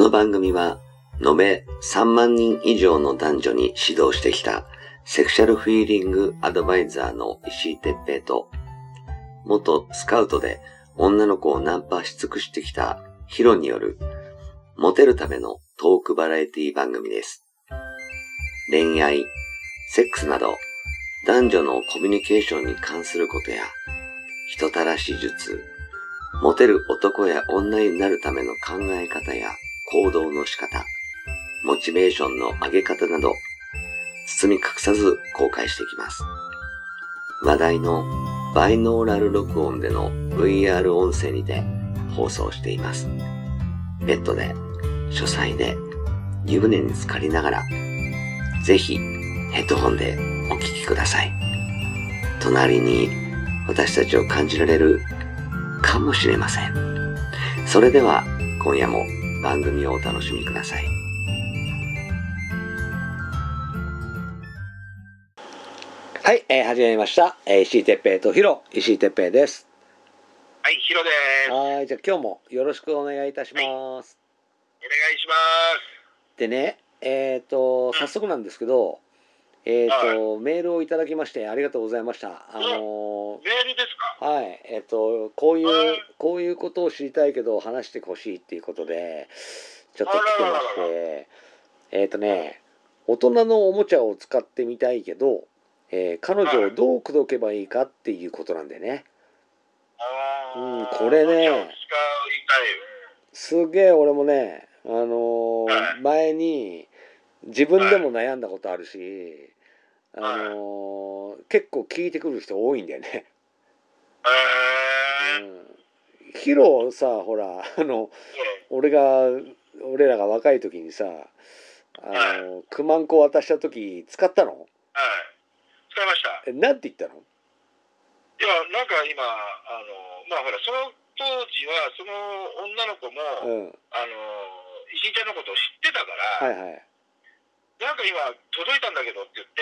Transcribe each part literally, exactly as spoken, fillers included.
の番組は延べさんまんにん以上の男女に指導してきたセクシャルフィーリングアドバイザーの石井哲平と、元スカウトで女の子をナンパし尽くしてきたヒロによるモテるためのトークバラエティ番組です。恋愛、セックスなど男女のコミュニケーションに関することや人たらし術、モテる男や女になるための考え方や行動の仕方、モチベーションの上げ方など包み隠さず公開していきます。話題のバイノーラル録音での ブイアール 音声にて放送しています。ベッドで、書斎で、湯船に浸かりながら、ぜひヘッドホンでお聞きください。隣に私たちを感じられるかもしれません。それでは今夜も番組をお楽しみください。はい、えー、始めました、えー、石井哲平とヒロ、石井哲平です。 はい、ヒロです。 はい、じゃあ今日もよろしくお願いいたします。はい、お願いします。 でね、えっ、ー、と早速なんですけど、えっ、ー、と、はい、メールをいただきましてありがとうございました。あのー、 メールですか？ はい、えっ、ー、とこういうこういうことを知りたいけど話してほしいっていうことでちょっと来てまして、えっ、とね、大人のおもちゃを使ってみたいけど、えー、彼女をどう口説けばいいかっていうことなんでね。うん、これね、すげえ俺もね、あのー、前に自分でも悩んだことあるし、あのー、結構聞いてくる人多いんだよね。うん、ヒロさ、ほら、あの、俺が、俺らが若い時にさ、あの、クマンコ渡した時使ったの？ はい。使いました。 え、なんて言ったの？ いや、なんか今、あの、まあほら、その当時は、その女の子も、うん、あの、石井ちゃんのことを知ってたから、はいはい。なんか今、届いたんだけどって言って、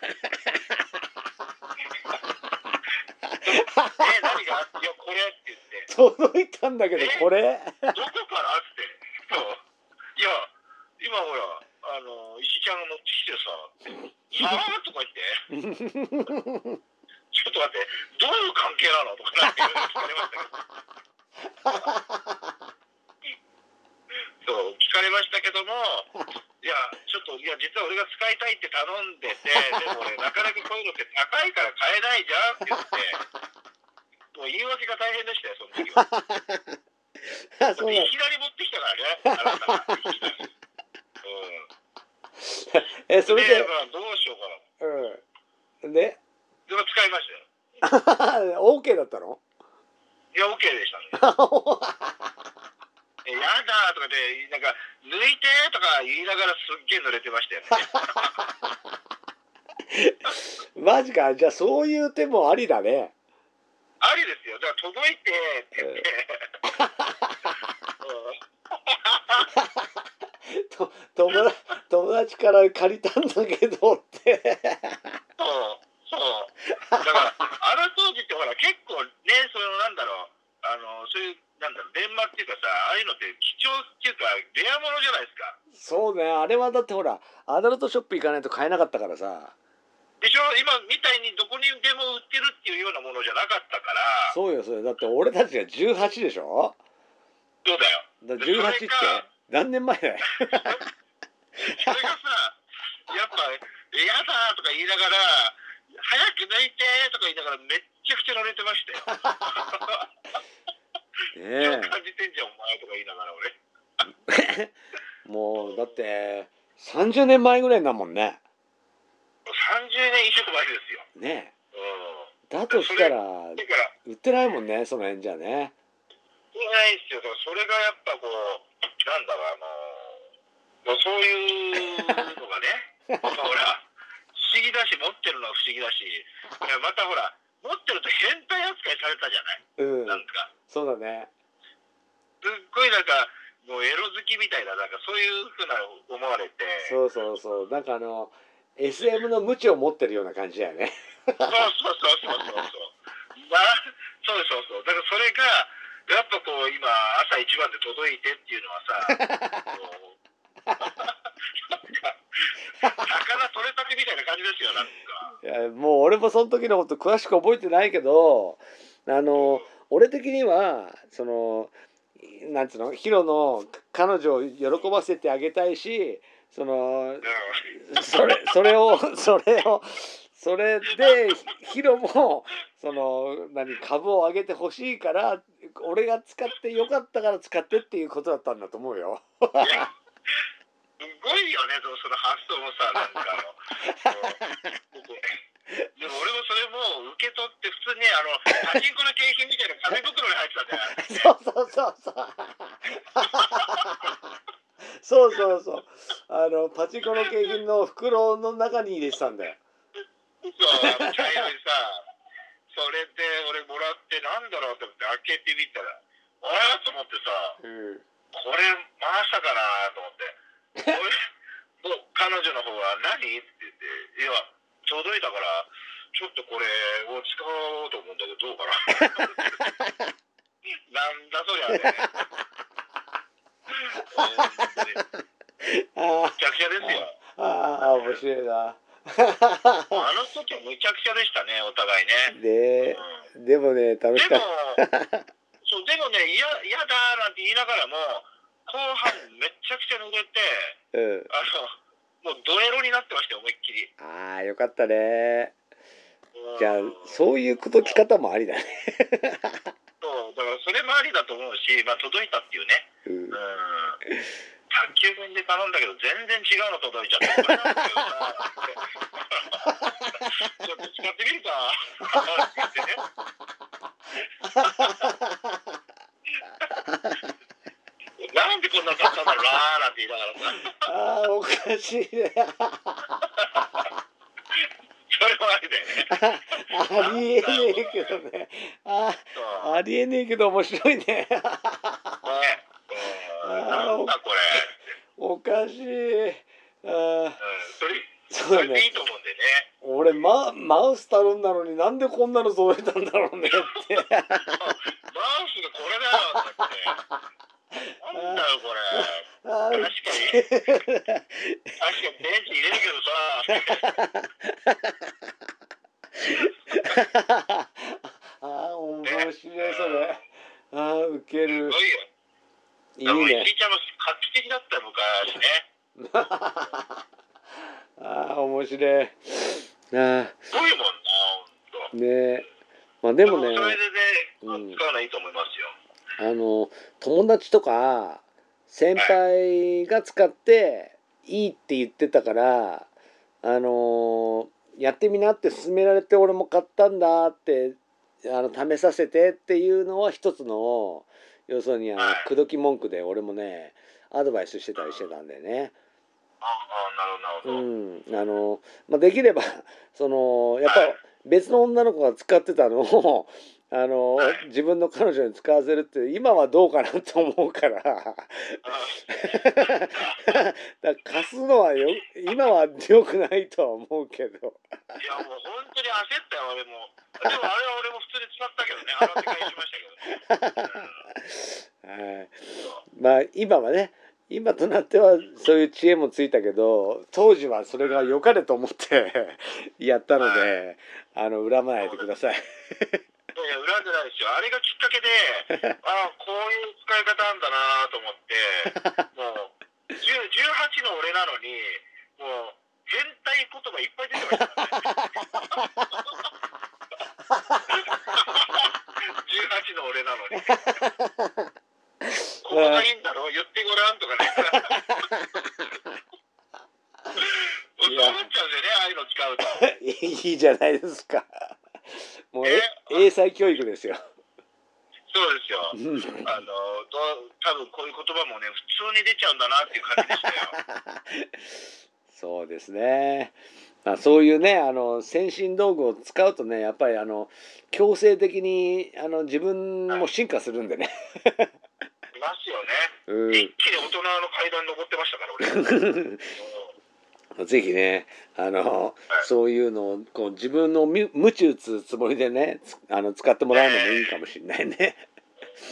え、何が？いや、これって言って。 届いたんだけど、これどこからって。そう。いや、今ほら、あの、石井ちゃんが乗ってきてさ、はぁとか言って、ちょっと待って、どういう関係なのとかなんて聞かれましたけど。そう、聞かれましたけども、いや、ちょっと、いや、実は俺が使いたいって頼んでて、でも俺、なかなかこういうのって高いから買えないじゃんって言って、もう言い訳が大変でしたよ、その時は。そういきなり持ってきたからね、あなたが。いきなり。うん。え、それで、でまあ、どうしようかな。うん。ででも使いましたよ。 OK だったの？ いや、OK でしたね。え、やだとかで、なんか、抜いてとか言いながらすっげえ濡れてましたよね。マジか。じゃあそういう手もありだね。 ありですよ。だから届いてって言って。 と友達友達から借りたんだけどって。 そうそう。だからあの当時ってほら結構ね、そのなんだろう、あのそういうなんだろう電話っていうかさ、ああいうのって貴重っていうかレアものじゃないですか。 そうね、あれはだってほらアダルトショップ行かないと買えなかったからさ。 でしょ、今みたいにどこにでも売ってるっていうようなものじゃなかったから。 そうよ、それだって俺たちがじゅうはちでしょ。 そうだよ。 だじゅうはちって何年前だよ。 それがさ、やっぱ「やだ」とか言いながら「早く抜いて」とか言いながらめっちゃくちゃ濡れてましたよ。ねえ。よく感じてんじゃんお前とか言いながら俺。 もうだってさんじゅうねんまえぐらいだもんね。 さんじゅうねん以上前ですよ。 ねえ。うん。だとしたら売ってないもんね、その辺じゃね。 売ってないですよ。だからそれがやっぱこうなんだろう、あのそういうのがね、ほら不思議だし、持ってるのは不思議だし、またほら持ってると変態扱いされたじゃない。うん。なんか。そうだね。すっごいなんかもうエロ好きみたいな、なんかそういうふうな思われて。 そうそうそう。なんかあの エスエム の無知を持ってるような感じだよね。 そうそうそうそうそうそう。まあ、そうそうそう。だからそれがやっぱこう今朝一番で届いてっていうのはさこうなんか魚取れたてみたいな感じですよ。なんかいやもう俺もその時のこと詳しく覚えてないけど、あの、 うん俺的にはそのなんつうの、ヒロの彼女を喜ばせてあげたいし、そのそれそれをそれをそれでヒロもその何株を上げてほしいから、俺が使ってよかったから使ってっていうことだったんだと思うよ。 いやすごいよね、その発想もさ、なんかあのこうでも俺もそれも受け取って普通にあのパチンコの景品みたいな紙袋に入ってたんだよ。 そうそうそうそうそうそうそう、あのパチンコの景品の袋の中に入れてたんだよ。 そうあの茶色いさ、それで俺もらってなんだろうと思って開けてみたら、あれと思ってさ、 うん、 これまさかなと思って。これもう彼女の方は何って言って、いや届いたからちょっとこれを使おうと思うんだけどどうかな。なんだそりゃね。 あむちゃくちゃですよ。 ああ、面白いな。 あの時はむちゃくちゃでしたね、お互いね。 で、 うん、 でもね楽しかった。 そうでもね、嫌嫌だなんて言いながらも後半めちゃくちゃ濡れて、 うん、 あのもうドエロになってましたよ、思いっきり。 ああよかったね。 うん、 じゃあそういう口説き方もありだね。 そうだからそれもありだと思うし、まあ、届いたっていうね。 うん、 うん宅急便で頼んだけど全然違うの届いちゃって、これなんだけどさちょっと使ってみるかって言ってね。なんでこんなの買ったんだろうなーなんて言いながらさ。 ああおかしいね。 それもありだよね。 ありえねえけどね。あありえねえけど面白いね。 ね、なんだこれ。 おかしい。ああ、 うん、それそうだね。 それでいいと思うんでね。 俺ママウス頼んだのになんでこんなの揃えたんだろうねって。 マウスがこれだよって。なんだよこれ。 あ確かに確かに電池入れるけどさ。 ああ面白いそれ。ああウケる。 すごいよ。 いいね。 石井ちゃんも画期的だったよ昔ね。 ああ面白い。ああすごいもんな本当。 ねえ。まあでもね。 それでね、 うん、 使うのいいと思いますよ。 あの友達とか先輩が使っていいって言ってたから、あのやってみなって勧められて俺も買ったんだってあの試させてっていうのは一つの要するにあの口説き文句で俺もねアドバイスしてたりしてたんだよね。 ああなるほどなるほど。 うん、あの、まあ、できればそのやっぱ別の女の子が使ってたのをあの自分の彼女に使わせるって今はどうかなと思うからだから貸すのはよ今は良くないとは思うけど。いやもう本当に焦ったよ俺も。でもあれは俺も普通に使ったけどね、洗って返しましたけどね。うん、はい。まあ今はね今となってはそういう知恵もついたけど当時はそれが良かれと思ってやったので、はい、あの恨まないでください。 いや恨んでないですよ。あれがきっかけでああこういう使い方なんだなと思ってもうじゅうはちの俺なのにもう変態言葉いっぱい出てましたからね。じゅうはちの俺なのにここがいいんだろう言ってごらんとかね。そう思っちゃうんだよね、ああいうの使うと。 いいじゃないですか。もうえ英才教育ですよ。 そうですよ。あのど多分こういう言葉もね普通に出ちゃうんだなっていう感じでしたよ。 そうですね。まあ、そういうねあの先進道具を使うとねやっぱりあの強制的にあの自分も進化するんでね。 いますよね。うん、一気に大人の階段登ってましたから俺。 ぜひねあの、はい、そういうのをこう自分の鞭打つつもりでねあの使ってもらうのもいいかもしれないね。 俺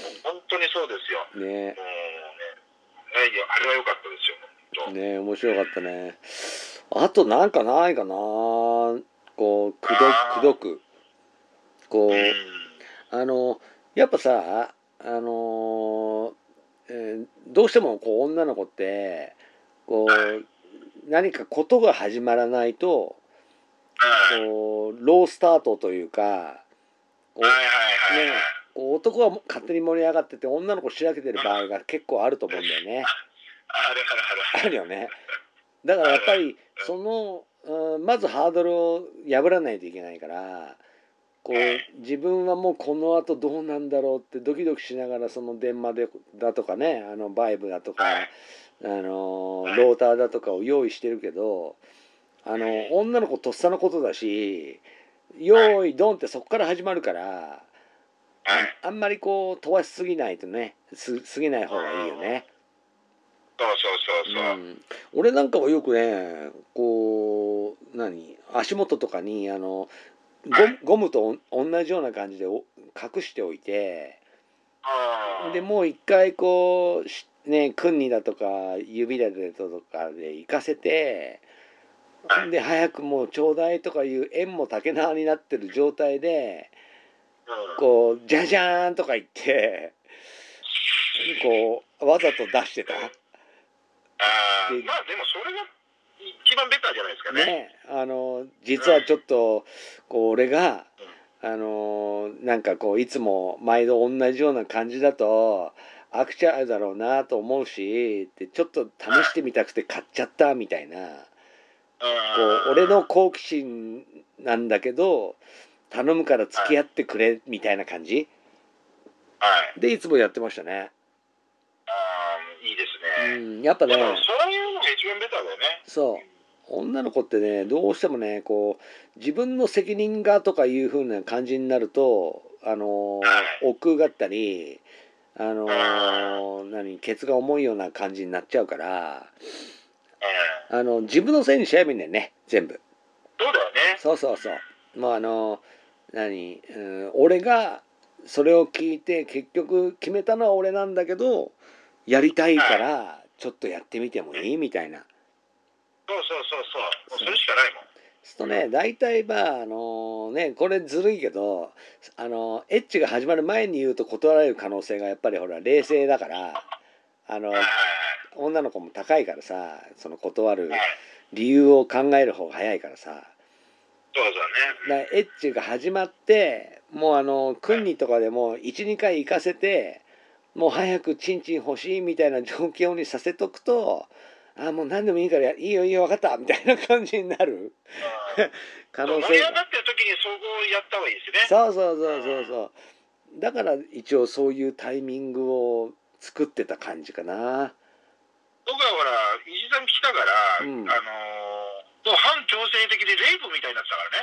当にそうですよ。 ね。 もうね、あれは良かったですよ。本当ね、面白かったね。あとなんかないかな。こうくどくどくこう、 うん。 あのやっぱさ、あのえーどうしてもこう女の子ってこう何かことが始まらないとはいこうロースタートというかこう、 はいはいはいね、 はい。 こう男は勝手に盛り上がってて女の子しらけてる場合が結構あると思うんだよね。 あるあるあるあるよね。だからやっぱりその、うん、まずハードルを破らないといけないからこう自分はもうこのあとどうなんだろうってドキドキしながらその電話でだとかねあのバイブだとか、 はいあのローターだとかを用意してるけどあの女の子とっさのことだし用意ドンってそこから始まるからあんはい。 あんまりこう飛ばしすぎないとねす過ぎない方がいいよね。 そうそうそうそう。 うん、俺なんかはよくねこう何足元とかにあのゴムゴムとお同じような感じでお隠しておいてあでもう一回こうしね訓にだとか指だとかで行かせてあ。はい。 で早くもうちょうだいとかいう縁も竹縄になってる状態でうん。 こうジャジャーンとか言ってこうわざと出してた。 ああ、 でまあでもそれが一番ベターじゃないですかね。 ねあの実はちょっとこう俺がうん。 あのなんかこういつも毎度同じような感じだと飽きちゃうだろうなと思うしってちょっと試してみたくて買っちゃったみたいなこう俺の好奇心なんだけど頼むから付き合ってくれみたいな感じはい。 でいつもやってましたね。 ああ、いいですね。 うんやっぱねでもそういうのが一番ベターだよね。 そう女の子ってねどうしてもねこう自分の責任がとかいう風な感じになるとあのはい億劫がったりあのうん。 何ケツが重いような感じになっちゃうからうん。 あの自分のせいにしちゃえばいいんだよね全部。 そうだよね。 そうそうそうもうあの何、うん、俺がそれを聞いて結局決めたのは俺なんだけどやりたいかはい。 らちょっとやってみてもいいみたいな。 そうそうそうそう。もうそうそれしかないもん。 するとね大体まああのねこれずるいけどあのエッチが始まる前に言うと断られる可能性がやっぱりほら冷静だからあのはいはい女の子も高いからさその断るはい。はい。 理由を考える方が早いからさそうだね。 だからエッチが始まってもうあのはい。 訓にとかでもいちにかい行かせてもう早くチンチン欲しいみたいな状況にさせとくとあもう何でもいいからいいよいいよ分かったみたいな感じになる可そう、 能性が盛り上がってる時にそこをやった方がいいですね。 そうそううそうそうん。 そうだから一応そういうタイミングを作ってた感じかな。 僕はほら、石井さん来たから、 うんあのー、もう反強制的でレイプみたいになってたからね。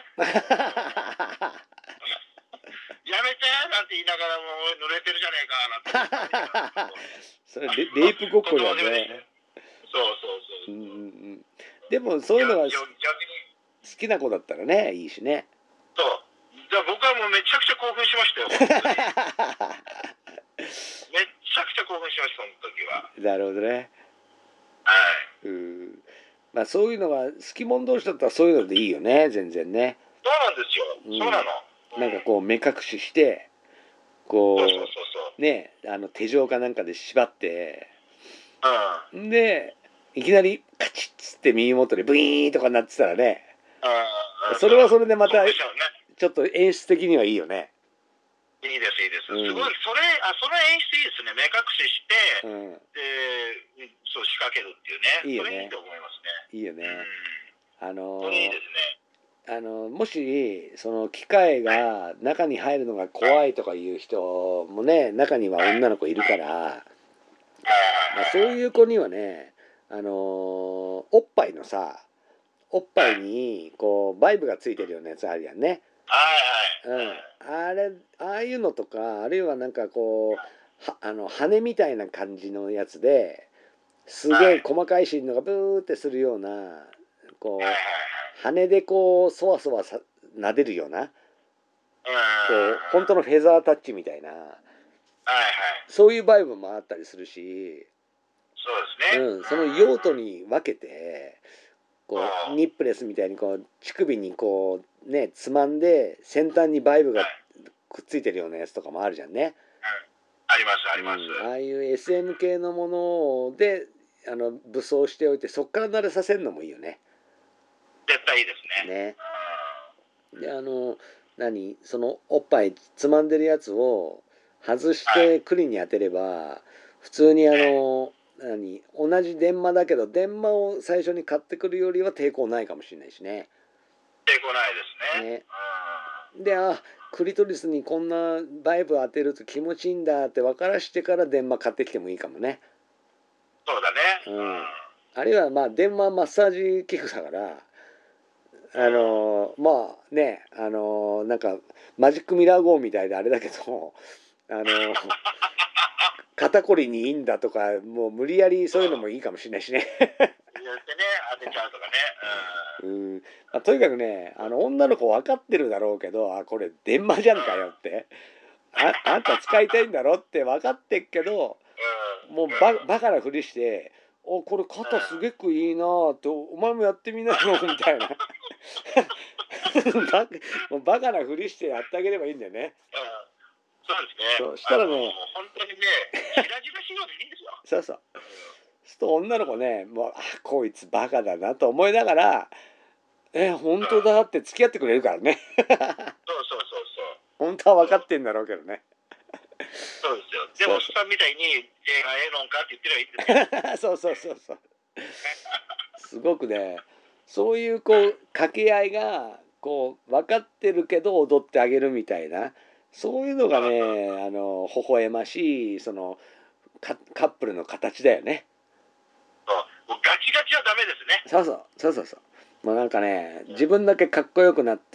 やめてなんて言いながらもう濡れてるじゃねえかなんてそれレレイプごっこだ断りましたよ。 ね。 そうそうそううんうんうそう。 んでもそういうのが好逆逆に、 きな子だったらねいいしね。 そう。じゃあ僕はもうめちゃくちゃ興奮しましたよ、本当に。めちゃくちゃ興奮しました、その時は。 なるほどね。 はい。 うんまあそういうのが好き者同士だったらそういうのでいいよね全然ね。 そうなんですよ。そうなの。うん。 なんかこう目隠ししてこそうそうそううねあの手錠かなんかで縛ってそう。うん。 でいきなりカチッつって耳元でブイーンとかなってたらねああ、 それはそれでまた興奮しちゃうね。 ちょっと演出的にはいいよね。 いいです、いいです。 うんすごい、それ、あ、その演出いいですね。目隠ししうて、 んで、うんそう仕掛けるっていうね。 いいよねそれいいと思いますいいよね。うん。 ね。あそれいいのですね。 あのもしその機械はい。 が中に入るのがはい。 怖いとかいう人もね中にははい。 女の子いるはい。 から、 はい。 まあ、そういう子にはねあのおっぱいのさおっぱいはい。 にこうバイブがついてるようなやつあるやんね。 はい。 うん、あれああいうのとかあるいはなんかこうはあの羽みたいな感じのやつですはい。はい。 げえ細かい振動がブーってするようなこはい。 う羽でこうそわそわさ撫でるようなこう本当のフェザータッチみたいなはい。はい。 そういうバイブもあったりするし、 そうですね。 うん、その用途に分けてこうニップレスみたいにこう乳首にこうねつまんで先端にバイブがくっついてるようなやつとかもあるじゃんね。 ありますあります。 うん、ああいう エスエム 系のものであの武装しておいてそっから慣れさせるのもいいよね。 絶対いいですね。 ね。であの何そのおっぱいつまんでるやつを外してクリに当てれば普通にあの何同じ電話だけど電話を最初に買ってくるよりは抵抗ないかもしれないしね。 抵抗ないですね。 ねであクリトリスにこんなバイブ当てると気持ちいいんだって分からしてから電話買ってきてもいいかもね。 そうだね。 うん、あるいはまあ電話マッサージ器具だからあのー、まあねあのー、なんかマジックミラー号みたいであれだけどあのー、肩こりにいいんだとかもう無理やりそういうのもいいかもしれないしね。 言ってね当てちゃうとかね。 うん、まあ、とにかくねあの女の子分かってるだろうけどあこれ電話じゃんかよってああんた使いたいんだろって分かってっけどもうババカなふりして「おこれ肩すげくいいな」って「お前もやってみなよ」みたいなバもうバカなふりしてやってあげればいいんだよね。 そうですね。 そうしたらね、 もう本当にね、じらじらしいのでいいんですよ。 そうそう。そうすると女の子ね、もうあこいつバカだなと思いながら、え本当だって付き合ってくれるからね。 そうそうそうそう。 本当は分かってんだろうけどね。 そうですよ。でもおっさんみたいに映画ええのんかって言ってればいいんですよ。 そうそうそうそう。すごくね、そういうこう掛け合いがこう分かってるけど踊ってあげるみたいな。そういうのがね、あの微笑ましいそのカカップルの形だよね。 そうもうガチガチはダメですね。 そうそうそうそうそう。もうなんかね、自分だけかっこよくなって、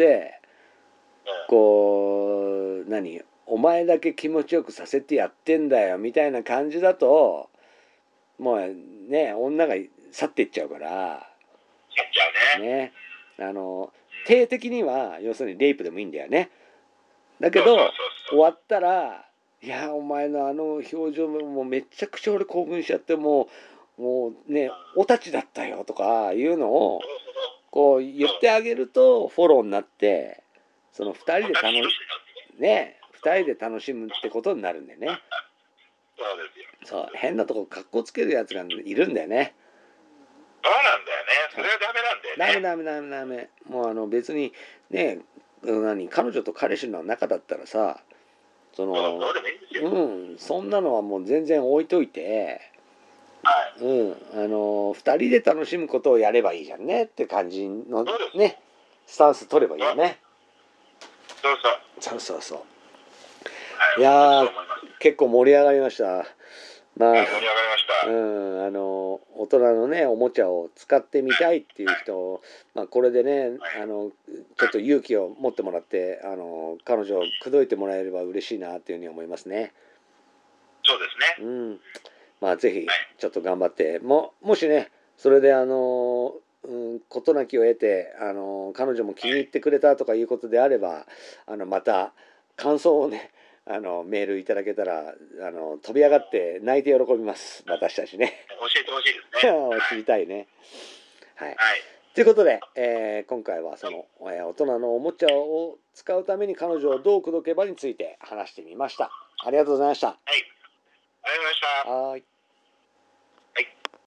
こう何お前だけ気持ちよくさせてやってんだよみたいな感じだと、もうね女が去っていっちゃうから。 やっちゃうね。 ね、あの定的には要するにレイプでもいいんだよね。だけどそうそうそうそう終わったら「いやお前のあの表情もめちゃくちゃ俺興奮しちゃってもうもうねおたちだったよ」とかいうのをこう言ってあげるとフォローになってそのふたりで楽しねふたりで楽しむってことになるんだよね。 そうですよ。 そう変なとこかっこつけるやつがいるんだよね。 そうなんだよね。それはダメなんだよね。 ダメダメダメダメ。もうあの別にね何彼女と彼氏の中だったらさそのそうそうでもいいんですよ。 うんそんなのはもう全然置いといて、 はい。 うんあのふたりで楽しむことをやればいいじゃんねって感じのそうですねスタンス取ればいいよね。 そうそう。 そうそうそう。 はい、 いやーそう思います。 結構盛り上がりました。まあ、 はい、盛り上がりました。 うん、あの大人のねおもちゃを使ってみたいっていう人、まあ、これでねあのちょっと勇気を持ってもらってあの彼女を口説いてもらえれば嬉しいなっていうふうに思いますね。 そうですね。 うん、まあぜひちょっと頑張ってももしねそれであの、うん、事なきを得てあの彼女も気に入ってくれたとかいうことであればあのまた感想をねあのメールいただけたらあの飛び上がって泣いて喜びます私たちね。 教えてほしいですね。 知りたいね。はい。 はい。 ということで、えー今回はその、えー大人のおもちゃを使うために彼女をどう口説けばについて話してみました。ありがとうございました。 はい。